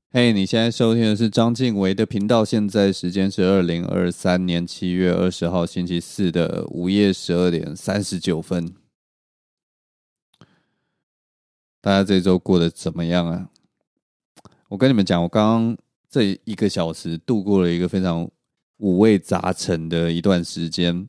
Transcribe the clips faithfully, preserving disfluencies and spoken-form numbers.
嘿，你现在收听的是张敬维的频道，现在时间是二零二三年七月二十号星期四的午夜十二点三十九分。大家这周过得怎么样啊？我跟你们讲，我刚刚这一个小时度过了一个非常五味杂陈的一段时间。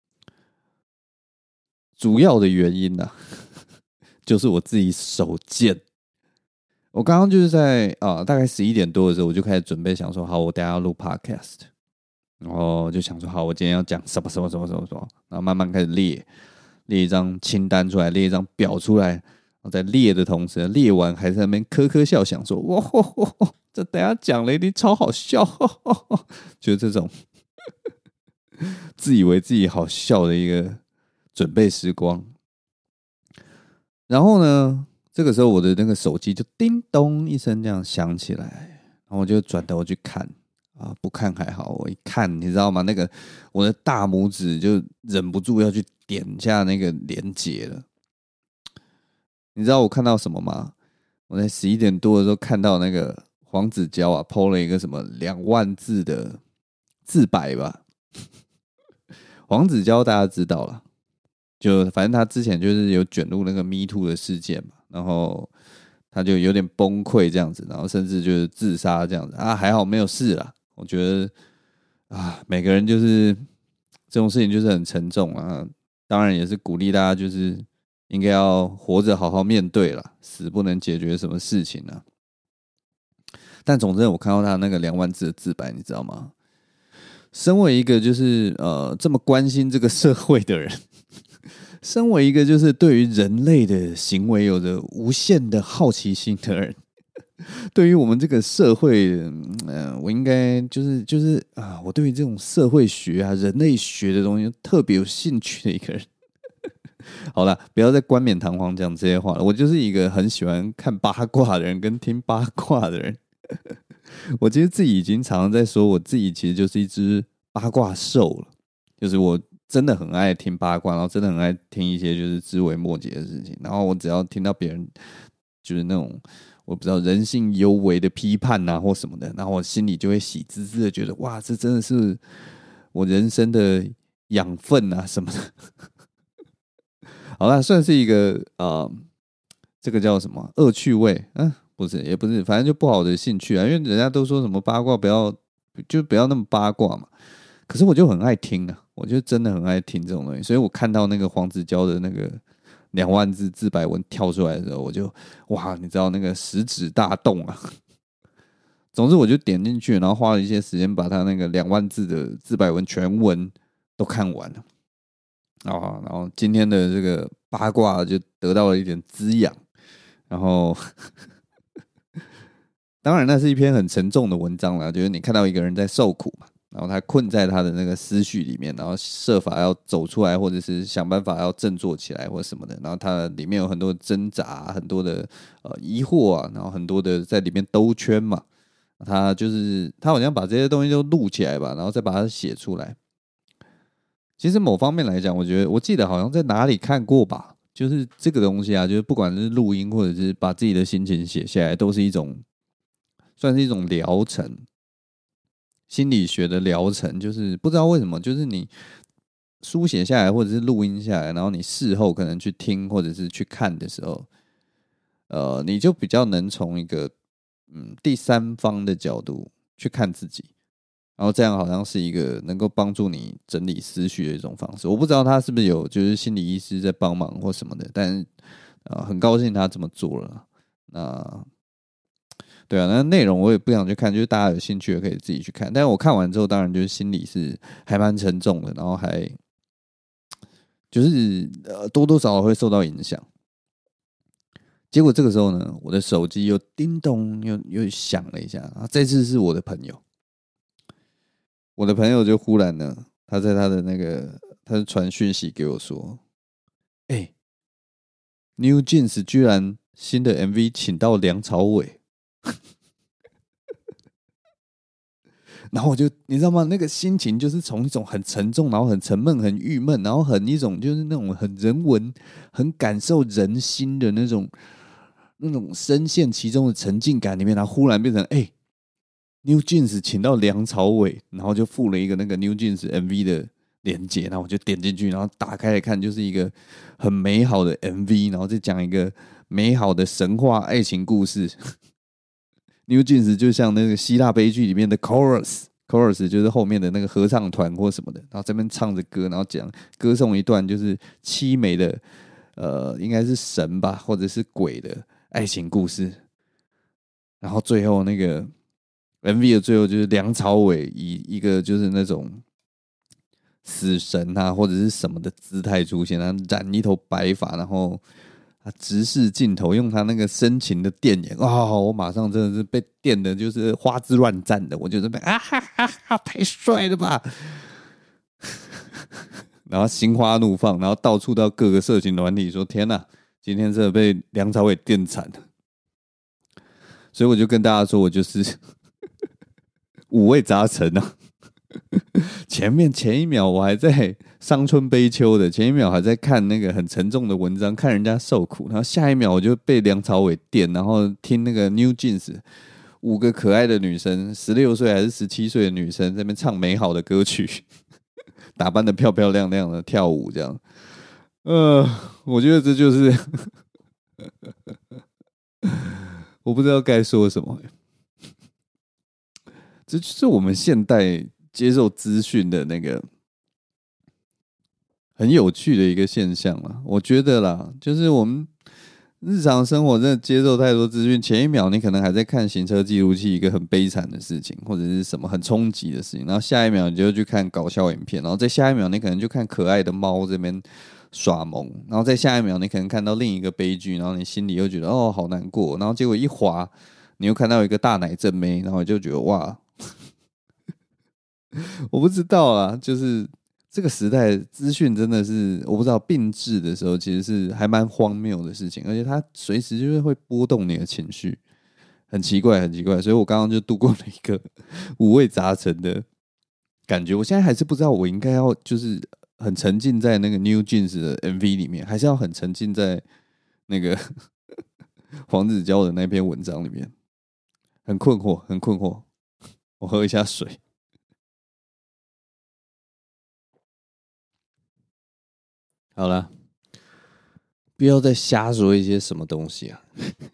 主要的原因呢、啊，就是我自己手贱。我刚刚就是在啊，大概十一点多的时候，我就开始准备想说，好，我等一下要录 podcast，然后就想说，好，我今天要讲什么什么什么什么什么，然后慢慢开始列，列一张清单出来，列一张表出来，然后在列的同时，列完还在那边呵呵笑，想说，哇，呵呵呵这等一下讲了一定超好笑，呵呵呵就是这种自以为自己好笑的一个准备时光。然后呢？这个时候我的那个手机就叮咚一声这样响起来，然后我就转头去看啊，不看还好，我一看你知道吗？那个我的大拇指就忍不住要去点一下那个连结了。你知道我看到什么吗？我在十一点多的时候看到那个黄子佼啊 po 了一个什么两万字的自白吧。黄子佼大家知道了，就反正他之前就是有卷入那个 Me Too 的事件嘛。然后他就有点崩溃这样子，然后甚至就是自杀这样子啊，还好没有事啦。我觉得啊，每个人就是这种事情就是很沉重啊，当然也是鼓励大家就是应该要活着好好面对啦，死不能解决什么事情啊。但总之我看到他那个两万字的自白，你知道吗？身为一个就是呃这么关心这个社会的人。身为一个就是对于人类的行为有着无限的好奇心的人，对于我们这个社会，嗯、呃，我应该就是就是啊，我对于这种社会学啊、人类学的东西特别有兴趣的一个人。好啦，不要再冠冕堂皇讲这些话了。我就是一个很喜欢看八卦的人，跟听八卦的人。我其实自己已经常常在说，我自己其实就是一只八卦兽了，就是我。真的很爱听八卦，然后真的很爱听一些就是枝微末节的事情。然后我只要听到别人就是那种我不知道人性幽微的批判啊或什么的，然后我心里就会喜滋滋的觉得哇，这真的是我人生的养分啊什么的。好啦，算是一个呃，这个叫什么恶趣味？嗯、啊，不是，也不是，反正就不好的兴趣啊。因为人家都说什么八卦不要，就不要那么八卦嘛。可是我就很爱听啊，我就真的很爱听这种东西，所以我看到那个黄子佼的那个两万字自白文跳出来的时候，我就哇，你知道那个食指大动啊。总之我就点进去，然后花了一些时间把他那个两万字的自白文全文都看完了。啊，然后今天的这个八卦就得到了一点滋养，然后当然那是一篇很沉重的文章啦，就是你看到一个人在受苦嘛。然后他困在他的那个思绪里面，然后设法要走出来，或者是想办法要振作起来，或者什么的。然后他里面有很多挣扎，很多的呃疑惑啊，然后很多的在里面兜圈嘛。他就是他好像把这些东西都录起来吧，然后再把它写出来。其实某方面来讲，我觉得我记得好像在哪里看过吧，就是这个东西啊，就是不管是录音或者是把自己的心情写下来，都是一种算是一种疗程。心理学的疗程，就是不知道为什么，就是你书写下来或者是录音下来，然后你事后可能去听或者是去看的时候，呃，你就比较能从一个嗯第三方的角度去看自己，然后这样好像是一个能够帮助你整理思绪的一种方式。我不知道他是不是有就是心理医师在帮忙或什么的，但是呃很高兴他这么做了。那对啊，那内容我也不想去看，就是大家有兴趣的可以自己去看。但是我看完之后，当然就是心里是还蛮沉重的，然后还就是呃多多少少会受到影响。结果这个时候呢，我的手机又叮咚又又响了一下，然后这次是我的朋友，我的朋友就忽然呢，他在他的那个他就传讯息给我说：“哎、欸、，New Jeans 居然新的 M V 请到梁朝伟。”然后我就你知道吗？那个心情就是从一种很沉重，然后很沉闷、很郁闷，然后很一种就是那种很人文、很感受人心的那种那种深陷其中的沉浸感里面，然后忽然变成哎、欸、，New Jeans 请到梁朝伟，然后就附了一个那个 New Jeans M V 的连结，然后我就点进去，然后打开来看，就是一个很美好的 M V， 然后再讲一个美好的神话爱情故事。New Jeans 就像那个希腊悲剧里面的 chorus。Chorus 就是后面的那个合唱团或什么的，然后这边唱着歌，然后讲歌颂一段就是凄美的，呃，应该是神吧，或者是鬼的爱情故事。然后最后那个 M V 的最后就是梁朝伟以一个就是那种死神啊或者是什么的姿态出现，他染一头白发，然后他直视镜头，用他那个深情的电眼，哦，我马上真的是被电的，就是花枝乱颤的，我觉得被啊哈哈哈，太帅了吧！然后心花怒放，然后到处到各个社群软体说：“天哪，今天真的被梁朝伟电惨了。”所以我就跟大家说，我就是五味杂陈啊。前面前一秒我还在伤春悲秋的，前一秒还在看那个很沉重的文章，看人家受苦，然后下一秒我就被梁朝伟电，然后听那个 New Jeans 五个可爱的女生，十六岁还是十七岁的女生在那边唱美好的歌曲，打扮的漂漂亮亮的跳舞，这样，呃，我觉得这就是我不知道该说什么，这就是我们现代接受资讯的那个很有趣的一个现象啦，我觉得啦，就是我们日常生活真的接受太多资讯，前一秒你可能还在看行车记录器一个很悲惨的事情，或者是什么很冲击的事情，然后下一秒你就去看搞笑影片，然后在下一秒你可能就看可爱的猫这边耍萌，然后在下一秒你可能看到另一个悲剧，然后你心里又觉得哦好难过，然后结果一滑你又看到一个大奶正妹，然后你就觉得哇我不知道啊，就是这个时代资讯真的是我不知道并置的时候，其实是还蛮荒谬的事情，而且它随时就是会波动你的情绪，很奇怪，很奇怪。所以我刚刚就度过了一个五味杂陈的感觉。我现在还是不知道我应该要就是很沉浸在那个 New Jeans 的 M V 里面，还是要很沉浸在那个黄子佼的那篇文章里面，很困惑，很困惑。我喝一下水。好了，不要再瞎说一些什么东西啊！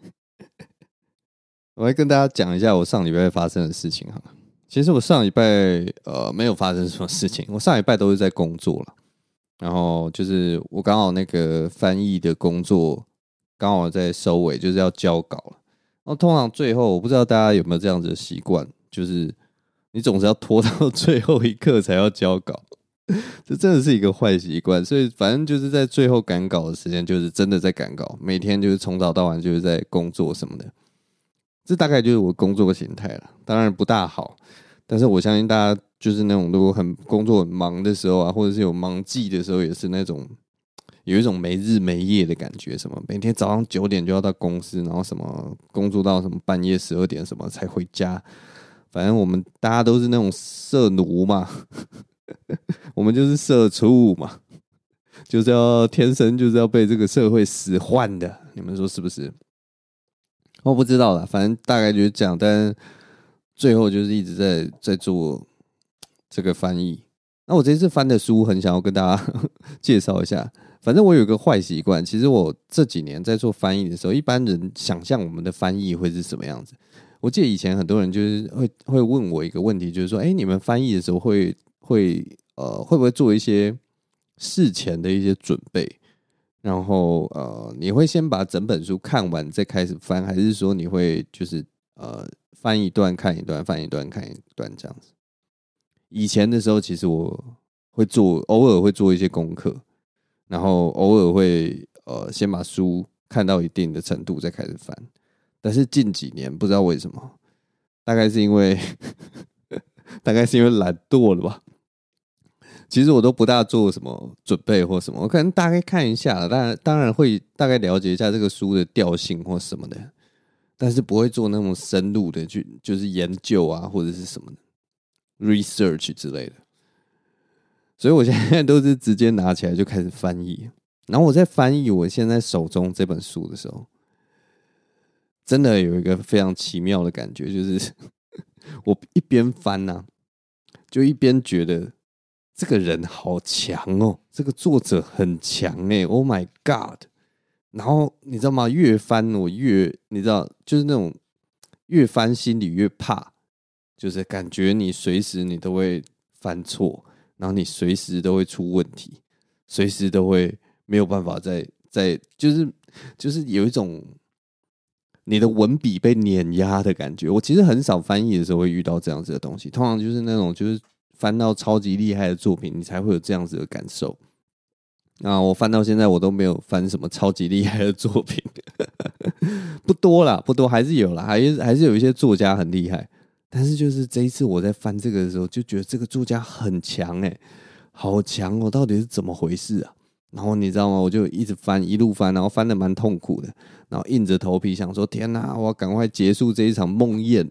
我来跟大家讲一下我上礼拜发生的事情哈。其实我上礼拜呃没有发生什么事情，我上礼拜都是在工作了。然后就是我刚好那个翻译的工作刚好在收尾，就是要交稿了。然后通常最后我不知道大家有没有这样子的习惯，就是你总是要拖到最后一刻才要交稿。这真的是一个坏习惯，所以反正就是在最后赶稿的时间，就是真的在赶稿，每天就是从早到晚就是在工作什么的。这大概就是我工作的形态了，当然不大好，但是我相信大家就是那种如果很工作很忙的时候啊，或者是有忙季的时候，也是那种有一种没日没夜的感觉，什么每天早上九点就要到公司，然后什么工作到什么半夜十二点什么才回家，反正我们大家都是那种社奴嘛。我们就是社畜嘛，就是要天生就是要被这个社会使唤的，你们说是不是？我不知道啦，反正大概就是这样。但最后就是一直在在做这个翻译。那我这次翻的书很想要跟大家介绍一下。反正我有一个坏习惯，其实我这几年在做翻译的时候，一般人想象我们的翻译会是什么样子？我记得以前很多人就是会会问我一个问题，就是说，哎，你们翻译的时候会会呃会不会做一些事前的一些准备？然后呃，你会先把整本书看完再开始翻，还是说你会就是呃翻一段看一段，翻一段看一段这样子？以前的时候，其实我会做，偶尔会做一些功课，然后偶尔会呃先把书看到一定的程度再开始翻。但是近几年不知道为什么，大概是因为大概是因为懒惰了吧。其实我都不大做什么准备或什么，我可能大概看一下，当然当然会大概了解一下这个书的调性或什么的，但是不会做那种深入的去就是研究啊或者是什么的 research 之类的。所以我现在都是直接拿起来就开始翻译。然后我在翻译我现在手中这本书的时候， 真的有一个非常奇妙的感觉，就是我一边翻啊，就一边觉得这个人好强哦，这个作者很强哎 ，Oh my God！ 然后你知道吗？越翻我越你知道，就是那种越翻心里越怕，就是感觉你随时你都会翻错，然后你随时都会出问题，随时都会没有办法再再就是就是有一种你的文笔被碾压的感觉。我其实很少翻译的时候会遇到这样子的东西，通常就是那种就是翻到超级厉害的作品，你才会有这样子的感受。啊，我翻到现在我都没有翻什么超级厉害的作品，不多啦，不多，还是有啦，还是还是有一些作家很厉害。但是就是这一次我在翻这个的时候，就觉得这个作家很强哎、欸，好强哦，到底是怎么回事啊？然后你知道吗？我就一直翻，一路翻，然后翻得蛮痛苦的，然后硬着头皮想说：天哪，我要赶快结束这一场梦魇。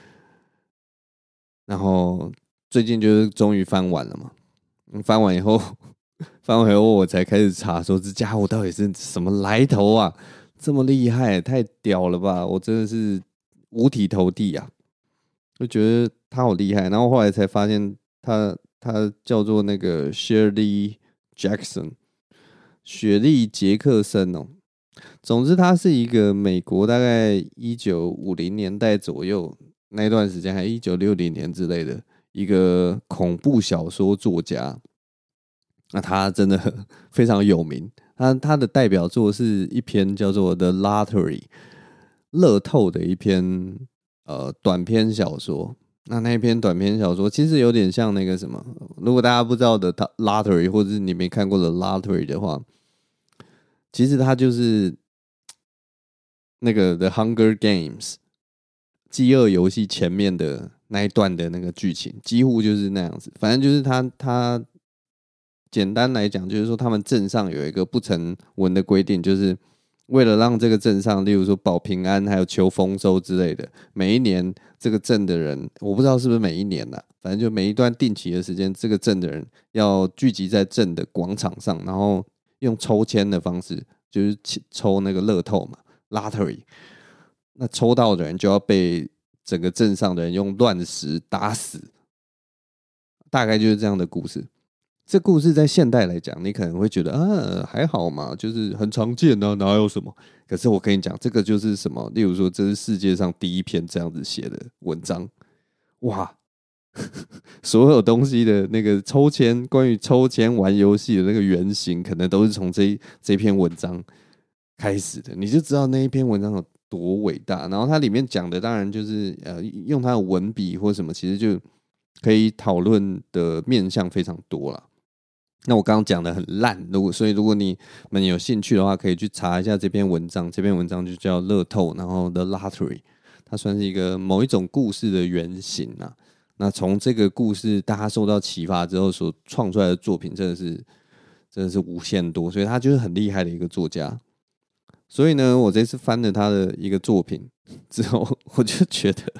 然后最近就是终于翻完了嘛，翻完以后。翻回后我才开始查，说这家伙到底是什么来头啊？这么厉害，太屌了吧！我真的是五体投地啊，就觉得他好厉害。然后后来才发现他，他叫做那个 Shirley Jackson， 雪莉·杰克森哦。总之，他是一个美国大概一九五零年代左右那段时间，还一九六零年之类的一个恐怖小说作家。那他真的非常有名，他他的代表作是一篇叫做《The Lottery》乐透的一篇呃短篇小说。那那一篇短篇小说其实有点像那个什么，如果大家不知道的 Lottery， 或者是你没看过的 Lottery 的话，其实它就是那个 The Hunger Games 饥饿游戏前面的那一段的那个剧情，几乎就是那样子。反正就是他他。简单来讲，就是说他们镇上有一个不成文的规定，就是为了让这个镇上，例如说保平安，还有求丰收之类的，每一年这个镇的人，我不知道是不是每一年啦，反正就每一段定期的时间，这个镇的人要聚集在镇的广场上，然后用抽签的方式，就是抽那个乐透嘛 ，lottery。那抽到的人就要被整个镇上的人用乱石打死，大概就是这样的故事。这故事在现代来讲，你可能会觉得啊还好嘛，就是很常见啊，哪有什么？可是我跟你讲，这个就是什么？例如说，这是世界上第一篇这样子写的文章，哇！所有东西的那个抽签，关于抽签玩游戏的那个原型，可能都是从这这篇文章开始的。你就知道那一篇文章有多伟大。然后它里面讲的，当然就是呃，用它的文笔或什么，其实就可以讨论的面向非常多啦。那我刚刚讲的很烂，如果所以如果你们有兴趣的话，可以去查一下这篇文章。这篇文章就叫乐透，然后 The Lottery， 它算是一个某一种故事的原型啊。那从这个故事大家受到启发之后所创出来的作品，真的是真的是无限多，所以他就是很厉害的一个作家。所以呢，我这次翻了他的一个作品之后，我就觉得，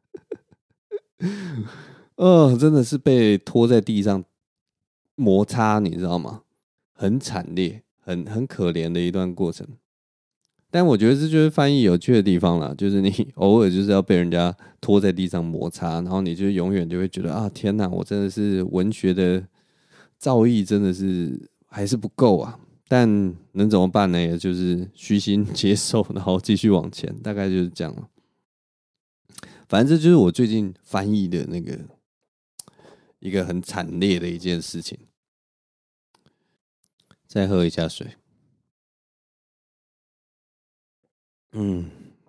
呃，真的是被拖在地上。摩擦，你知道吗？很惨烈，很很可怜的一段过程。但我觉得这就是翻译有趣的地方啦，就是你偶尔就是要被人家拖在地上摩擦，然后你就永远就会觉得啊，天哪，我真的是文学的造诣真的是还是不够啊。但能怎么办呢？也就是虚心接受，然后继续往前，大概就是这样了。反正这就是我最近翻译的那个。一个很惨烈的一件事情。再喝一下水。嗯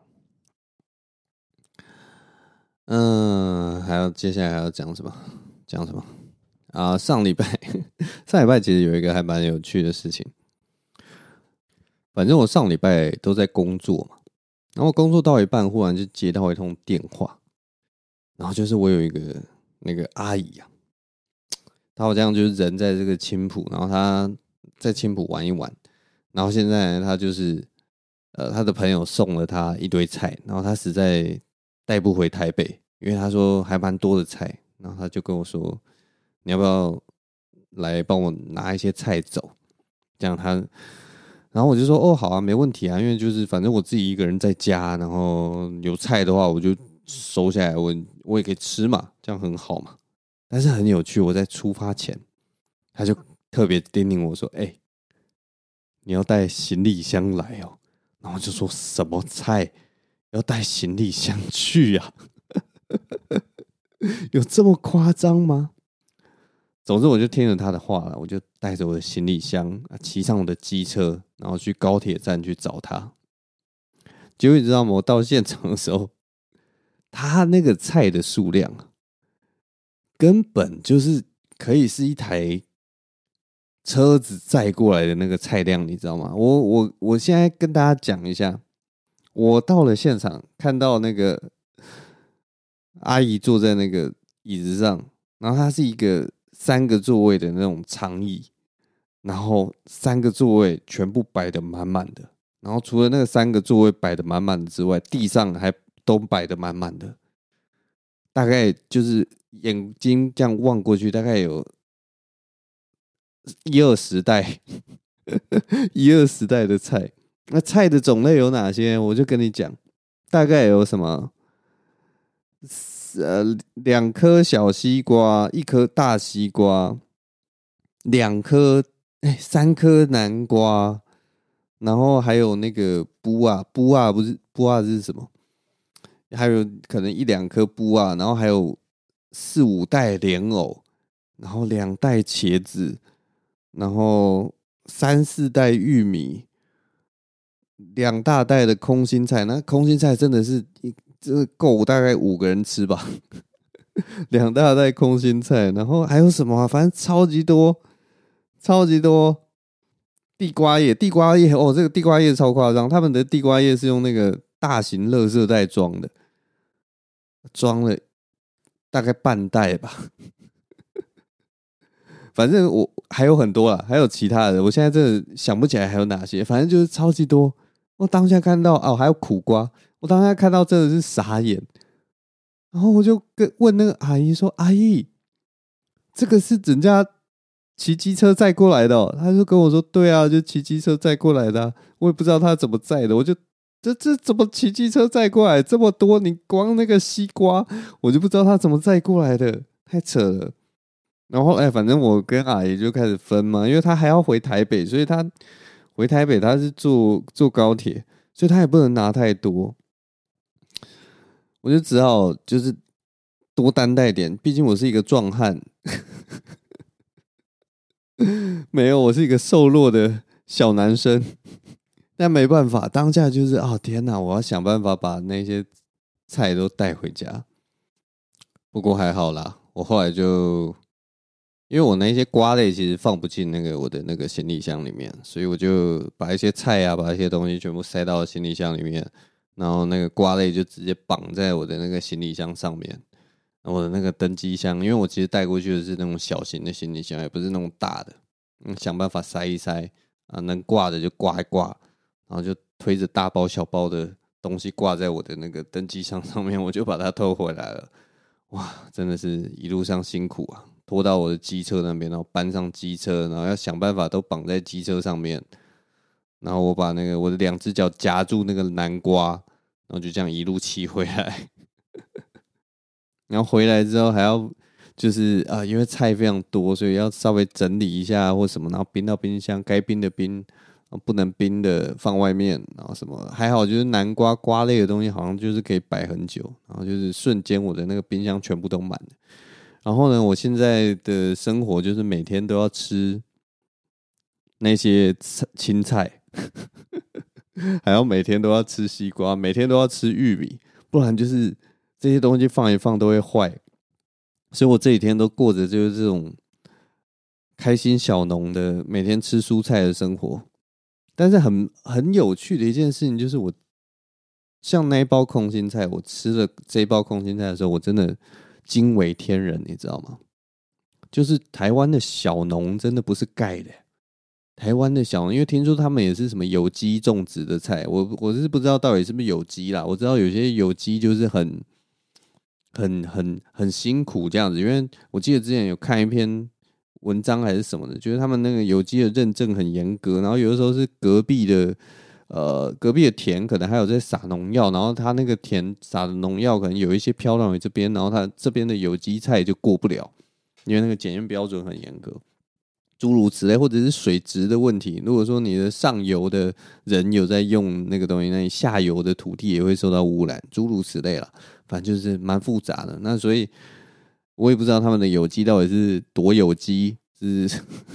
嗯，还要接下来还要讲什么？讲什么啊？上礼拜上礼拜其实有一个还蛮有趣的事情。反正我上礼拜都在工作嘛，然后工作到一半，忽然就接到一通电话，然后就是我有一个那个阿姨啊。他好像就是人在这个青埔，然后他在青埔玩一玩，然后现在他就是呃他的朋友送了他一堆菜，然后他实在带不回台北，因为他说还蛮多的菜，然后他就跟我说你要不要来帮我拿一些菜走，这样他然后我就说哦好啊，没问题啊，因为就是反正我自己一个人在家，然后有菜的话我就收下来，我我也可以吃嘛，这样很好嘛。但是很有趣，我在出发前，他就特别叮咛我说：“哎、欸，你要带行李箱来哦。”然后就说什么菜要带行李箱去呀、啊？有这么夸张吗？总之我就听了他的话了，我就带着我的行李箱，骑上我的机车，然后去高铁站去找他。结果你知道吗？我到现场的时候，他那个菜的数量根本就是可以是一台车子载过来的那个菜量，你知道吗？我我我现在跟大家讲一下，我到了现场，看到那个阿姨坐在那个椅子上，然后它是一个三个座位的那种长椅，然后三个座位全部摆得满满的，然后除了那个三个座位摆得满满的之外，地上还都摆得满满的，大概就是眼睛这样望过去，大概有一二十袋，一二十袋的菜。那菜的种类有哪些？我就跟你讲，大概有什么？呃，两颗小西瓜，一颗大西瓜，两颗，哎，三颗南瓜，然后还有那个布啊，布啊，不是布啊是什么？还有可能一两颗布啊，然后还有四五袋莲藕，然后两袋茄子，然后三四袋玉米，两大袋的空心菜。那空心菜真的是这够大概五个人吃吧。两大袋空心菜，然后还有什么啊？反正超级多，超级多。地瓜叶，地瓜叶哦，这个地瓜叶超夸张，他们的地瓜叶是用那个大型垃圾袋装的，装了大概半袋吧。反正我还有很多啦，还有其他的，我现在真的想不起来还有哪些，反正就是超级多。我当下看到哦，还有苦瓜，我当下看到真的是傻眼。然后我就跟问那个阿姨说：“阿姨，这个是人家骑机车载过来的哦。”他就跟我说：“对啊，就骑机车载过来的啊。”我也不知道他怎么载的，我就这这怎么骑机车载过来这么多？你光那个西瓜，我就不知道他怎么载过来的，太扯了。然后哎，反正我跟阿姨就开始分嘛，因为他还要回台北，所以他回台北他是坐坐高铁，所以他也不能拿太多。我就只好就是多担待点，毕竟我是一个壮汉，没有，我是一个瘦弱的小男生。但没办法，当下就是啊、哦，天哪，我要想办法把那些菜都带回家。不过还好啦，我后来就因为我那些瓜类其实放不进那个我的那个行李箱里面，所以我就把一些菜啊，把一些东西全部塞到行李箱里面。然后那个瓜类就直接绑在我的那个行李箱上面，我的那个登机箱，因为我其实带过去的是那种小型的行李箱，也不是那种大的，嗯，想办法塞一塞啊，能挂的就挂一挂，然后就推着大包小包的东西挂在我的那个登机箱上面，我就把它拖回来了。哇，真的是一路上辛苦啊，拖到我的机车那边，然后搬上机车，然后要想办法都绑在机车上面。然后我把那个我的两只脚夹住那个南瓜，然后就这样一路骑回来。然后回来之后还要就是啊、呃，因为菜非常多，所以要稍微整理一下或什么，然后冰到冰箱，该冰的冰，不能冰的放外面，然后什么还好，就是南瓜瓜类的东西好像就是可以摆很久，然后就是瞬间我的那个冰箱全部都满了。然后呢，我现在的生活就是每天都要吃那些青菜。还要每天都要吃西瓜，每天都要吃玉米，不然就是这些东西放一放都会坏。所以我这几天都过着就是这种开心小农的每天吃蔬菜的生活。但是很很有趣的一件事情就是我，像那一包空心菜，我吃了这一包空心菜的时候，我真的惊为天人，你知道吗？就是台湾的小农真的不是盖的。台湾的小农，因为听说他们也是什么有机种植的菜，我我是不知道到底是不是有机啦。我知道有些有机就是很很很很辛苦这样子，因为我记得之前有看一篇文章还是什么的，觉得他们那个有机的认证很严格，然后有的时候是隔壁的呃隔壁的田可能还有在撒农药，然后他那个田撒的农药可能有一些飘到你这边，然后他这边的有机菜就过不了，因为那个检验标准很严格。诸如此类，或者是水质的问题。如果说你的上游的人有在用那个东西，那你下游的土地也会受到污染，诸如此类啦。反正就是蛮复杂的。那所以我也不知道他们的有机到底是多有机，是，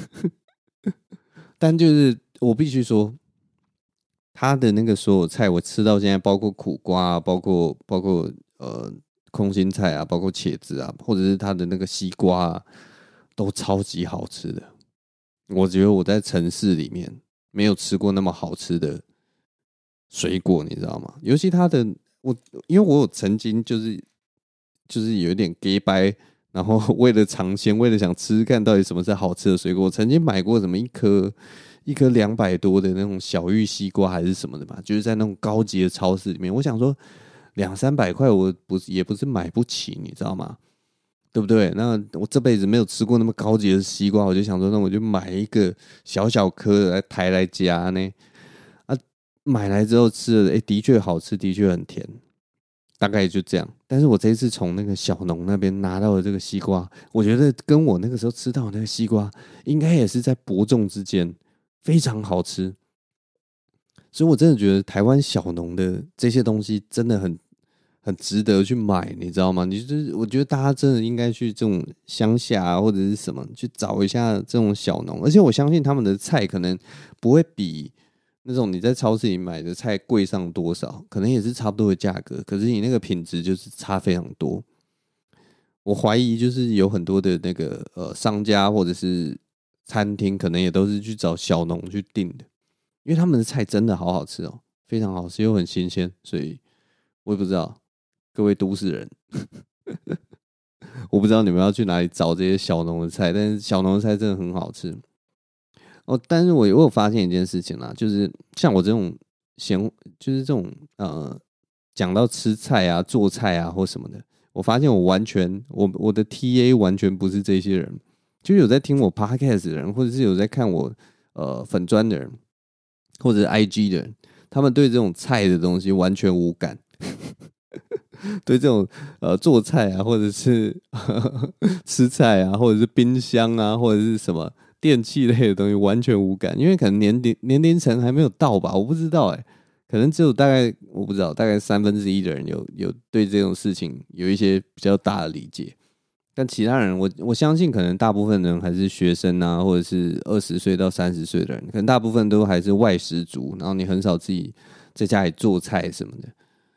但就是我必须说，他的那个所有菜我吃到现在，包括苦瓜啊，包括包括呃空心菜啊，包括茄子啊，或者是他的那个西瓜啊，都超级好吃的。我觉得我在城市里面没有吃过那么好吃的水果，你知道吗？尤其它的我，因为我有曾经就是就是有一点 gay 掰，然后为了尝鲜，为了想吃看到底什么是好吃的水果，我曾经买过什么一颗一颗两百多的那种小玉西瓜还是什么的嘛，就是在那种高级的超市里面，我想说两三百块，我不是也不是买不起，你知道吗？对不对？那我这辈子没有吃过那么高级的西瓜，我就想说，那我就买一个小小颗的来抬来夹呢。啊，买来之后吃了，哎，的确好吃，的确很甜，大概也就这样。但是我这一次从那个小农那边拿到的这个西瓜，我觉得跟我那个时候吃到的那个西瓜，应该也是在伯仲之间，非常好吃。所以我真的觉得台湾小农的这些东西真的很很值得去买，你知道吗？你就是我觉得大家真的应该去这种乡下啊，或者是什么去找一下这种小农，而且我相信他们的菜可能不会比那种你在超市里买的菜贵上多少，可能也是差不多的价格，可是你那个品质就是差非常多。我怀疑就是有很多的那个呃商家或者是餐厅，可能也都是去找小农去订的，因为他们的菜真的好好吃哦，非常好吃又很新鲜，所以我也不知道。各位都市人，我不知道你们要去哪里找这些小农的菜，但是小农的菜真的很好吃哦。但是我我有发现一件事情啦，就是像我这种闲，就是这种呃，讲到吃菜啊、做菜啊或什么的，我发现我完全我我的 T A 完全不是这些人，就有在听我 podcast 的人，或者是有在看我呃粉专的人，或者是 I G 的人，他们对这种菜的东西完全无感。对这种呃做菜啊，或者是呵呵吃菜啊，或者是冰箱啊，或者是什么电器类的东西，完全无感，因为可能年龄年龄层还没有到吧，我不知道哎、欸，可能只有大概我不知道，大概三分之一的人有有对这种事情有一些比较大的理解，但其他人我我相信可能大部分人还是学生啊，或者是二十岁到三十岁的人，可能大部分都还是外食族，然后你很少自己在家里做菜什么的。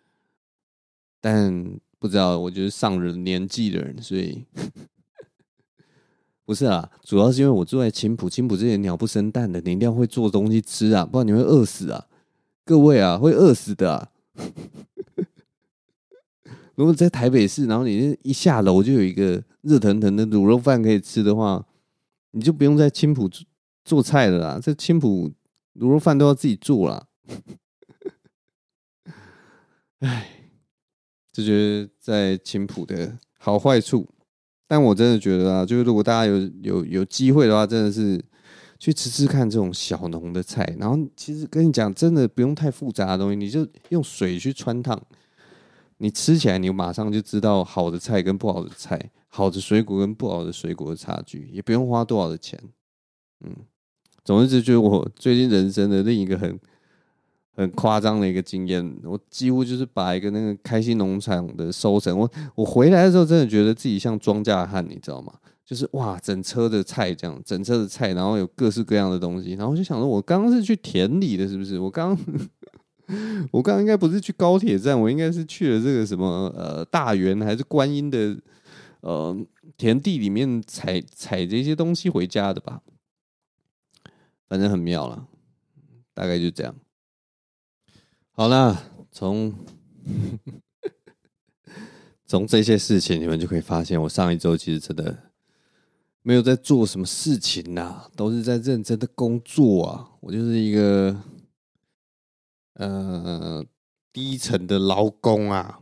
但不知道，我觉得上了年纪的人，所以不是啊，主要是因为我住在青浦，青浦这些鸟不生蛋的，你一定要会做东西吃啊，不然你会饿死啊！各位啊，会饿死的啊！如果在台北市，然后你一下楼就有一个热腾腾的卤肉饭可以吃的话，你就不用在青浦做菜了啦，在青浦卤肉饭都要自己做啦。唉。这就是在青浦的好坏处，但我真的觉得啊，就是如果大家有有有机会的话，真的是去吃吃看这种小农的菜。然后其实跟你讲，真的不用太复杂的东西，你就用水去穿烫，你吃起来你马上就知道好的菜跟不好的菜，好的水果跟不好的水果的差距，也不用花多少的钱。嗯，总之这就是我最近人生的另一个很很夸张的一个经验，我几乎就是把一个那个开心农场的收成，我我回来的时候真的觉得自己像庄稼汉，你知道吗？就是哇，整车的菜这样，整车的菜，然后有各式各样的东西，然后我就想说，我刚刚是去田里的，是不是？我刚我刚刚应该不是去高铁站，我应该是去了这个什么呃大园还是观音的呃田地里面采采这些东西回家的吧？反正很妙了，大概就这样。好啦，从从这些事情，你们就可以发现，我上一周其实真的没有在做什么事情呐、都是在认真的工作啊。我就是一个呃低层的劳工啊。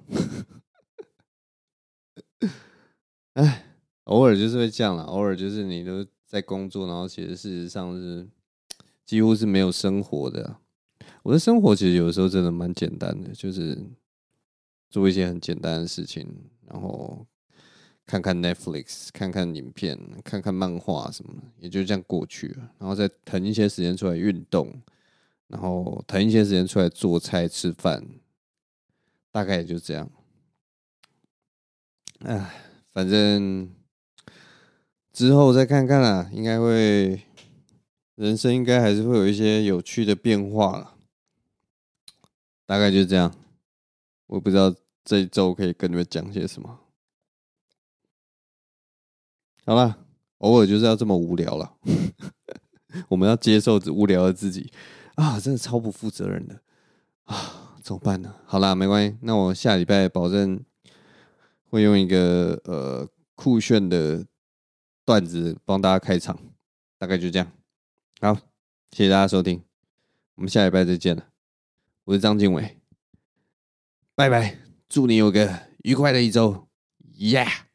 哎，偶尔就是会这样啦，偶尔就是你都在工作，然后其实事实上是几乎是没有生活的啊。我的生活其实有的时候真的蛮简单的，就是做一些很简单的事情，然后看看 Netflix， 看看影片，看看漫画什么的，也就这样过去了。然后再腾一些时间出来运动，然后腾一些时间出来做菜吃饭，大概也就这样。哎，反正之后再看看啦，应该会人生应该还是会有一些有趣的变化啦，大概就这样。我不知道这一周可以跟你们讲些什么。好啦，偶尔就是要这么无聊啦。我们要接受无聊的自己啊，真的超不负责任的啊，怎么办呢？好啦，没关系，那我下礼拜保证会用一个呃酷炫的段子帮大家开场，大概就这样。好，谢谢大家收听，我们下礼拜再见了。我是张敬伟，拜拜，祝你有个愉快的一周，耶、yeah!！